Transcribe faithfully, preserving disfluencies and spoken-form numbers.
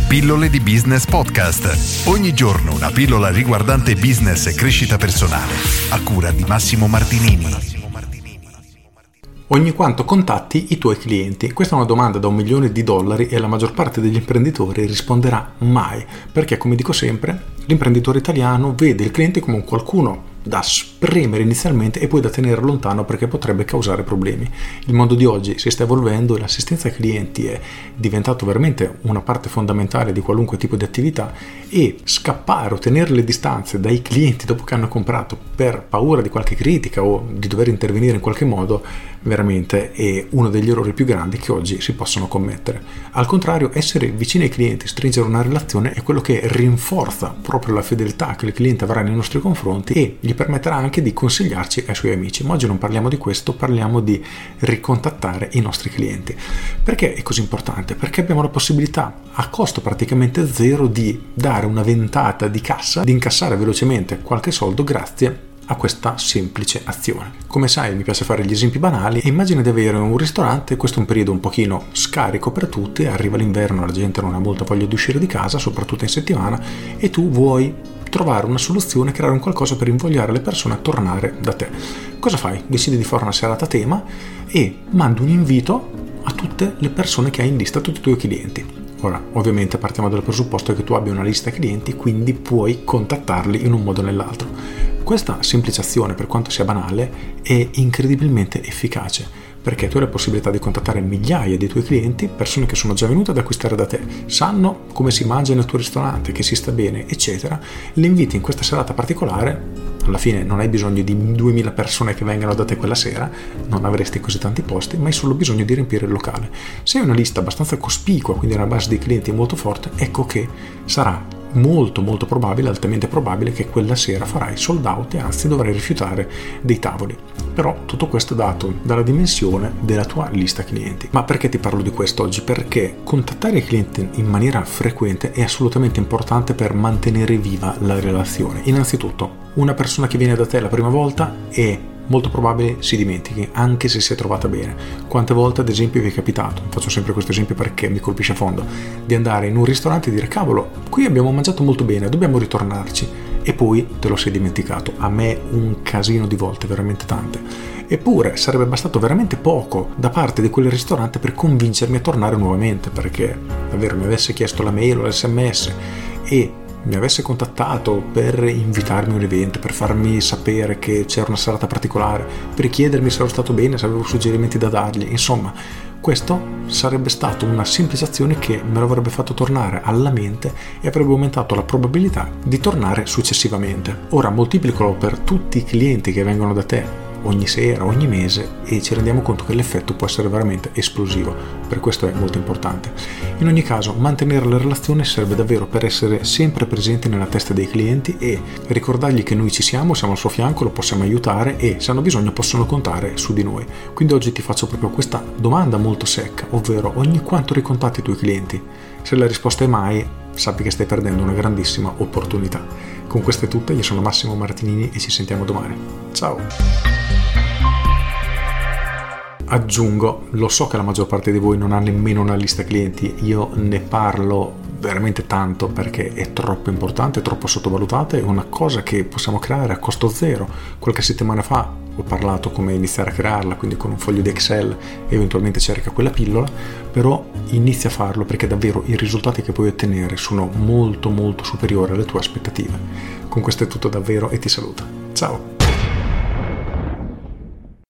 Pillole di Business Podcast. Ogni giorno una pillola riguardante business e crescita personale. A cura di Massimo Martinini. Ogni quanto contatti i tuoi clienti? Questa è una domanda da un milione di dollari e la maggior parte degli imprenditori risponderà mai, perché, come dico sempre, l'imprenditore italiano vede il cliente come un qualcuno da spremere inizialmente e poi da tenere lontano perché potrebbe causare problemi. Il mondo di oggi si sta evolvendo e l'assistenza ai clienti è diventato veramente una parte fondamentale di qualunque tipo di attività, e scappare o tenere le distanze dai clienti dopo che hanno comprato per paura di qualche critica o di dover intervenire in qualche modo veramente è uno degli errori più grandi che oggi si possono commettere. Al contrario, essere vicini ai clienti, stringere una relazione è quello che rinforza proprio la fedeltà che il cliente avrà nei nostri confronti e gli permetterà anche di consigliarci ai suoi amici. Ma oggi non parliamo di questo, parliamo di ricontattare i nostri clienti. Perché è così importante? Perché abbiamo la possibilità a costo praticamente zero di dare una ventata di cassa, di incassare velocemente qualche soldo grazie a questa semplice azione. Come sai, mi piace fare gli esempi banali. Immagina di avere un ristorante, questo è un periodo un pochino scarico per tutti, arriva l'inverno, la gente non ha molta voglia di uscire di casa, soprattutto in settimana, e tu vuoi trovare una soluzione, creare un qualcosa per invogliare le persone a tornare da te. Cosa fai? Decidi di fare una serata a tema e mandi un invito a tutte le persone che hai in lista, a tutti i tuoi clienti. Ora, ovviamente partiamo dal presupposto che tu abbia una lista clienti, quindi puoi contattarli in un modo o nell'altro. Questa semplice azione, per quanto sia banale, è incredibilmente efficace, perché tu hai la possibilità di contattare migliaia di tuoi clienti, persone che sono già venute ad acquistare da te, sanno come si mangia nel tuo ristorante, che si sta bene, eccetera. Li inviti in questa serata particolare. Alla fine non hai bisogno di duemila persone che vengano da te quella sera, non avresti così tanti posti, ma hai solo bisogno di riempire il locale. Se hai una lista abbastanza cospicua, quindi una base di clienti molto forte, ecco che sarà molto molto probabile, altamente probabile, che quella sera farai sold out e anzi dovrai rifiutare dei tavoli. Però tutto questo è dato dalla dimensione della tua lista clienti. Ma perché ti parlo di questo oggi? Perché contattare i clienti in maniera frequente è assolutamente importante per mantenere viva la relazione. Innanzitutto, una persona che viene da te la prima volta è molto probabile si dimentichi, anche se si è trovata bene. Quante volte, ad esempio, vi è capitato, faccio sempre questo esempio perché mi colpisce a fondo, di andare in un ristorante e dire: cavolo, qui abbiamo mangiato molto bene, dobbiamo ritornarci, e poi te lo sei dimenticato. A me un casino di volte, veramente tante. Eppure sarebbe bastato veramente poco da parte di quel ristorante per convincermi a tornare nuovamente, perché davvero mi avesse chiesto la mail o l'esse emme esse e mi avesse contattato per invitarmi a un evento, per farmi sapere che c'era una serata particolare, per chiedermi se ero stato bene, se avevo suggerimenti da dargli. Insomma, questo sarebbe stato una semplice azione che me lo avrebbe fatto tornare alla mente e avrebbe aumentato la probabilità di tornare successivamente. Ora moltiplicalo per tutti i clienti che vengono da te ogni sera, ogni mese, e ci rendiamo conto che l'effetto può essere veramente esplosivo. Per questo è molto importante. In ogni caso, mantenere la relazione serve davvero per essere sempre presenti nella testa dei clienti e ricordargli che noi ci siamo, siamo al suo fianco, lo possiamo aiutare e se hanno bisogno possono contare su di noi. Quindi oggi ti faccio proprio questa domanda molto secca, ovvero: ogni quanto ricontatti i tuoi clienti? Se la risposta è mai, sappi che stai perdendo una grandissima opportunità. Con questo è tutto, io sono Massimo Martinini e ci sentiamo domani. Ciao! Aggiungo, lo so che la maggior parte di voi non ha nemmeno una lista clienti, io ne parlo veramente tanto perché è troppo importante, è troppo sottovalutata, è una cosa che possiamo creare a costo zero. Qualche settimana fa ho parlato come iniziare a crearla, quindi con un foglio di Excel eventualmente cerca quella pillola, però inizia a farlo perché davvero i risultati che puoi ottenere sono molto molto superiori alle tue aspettative. Con questo è tutto davvero e ti saluto. Ciao!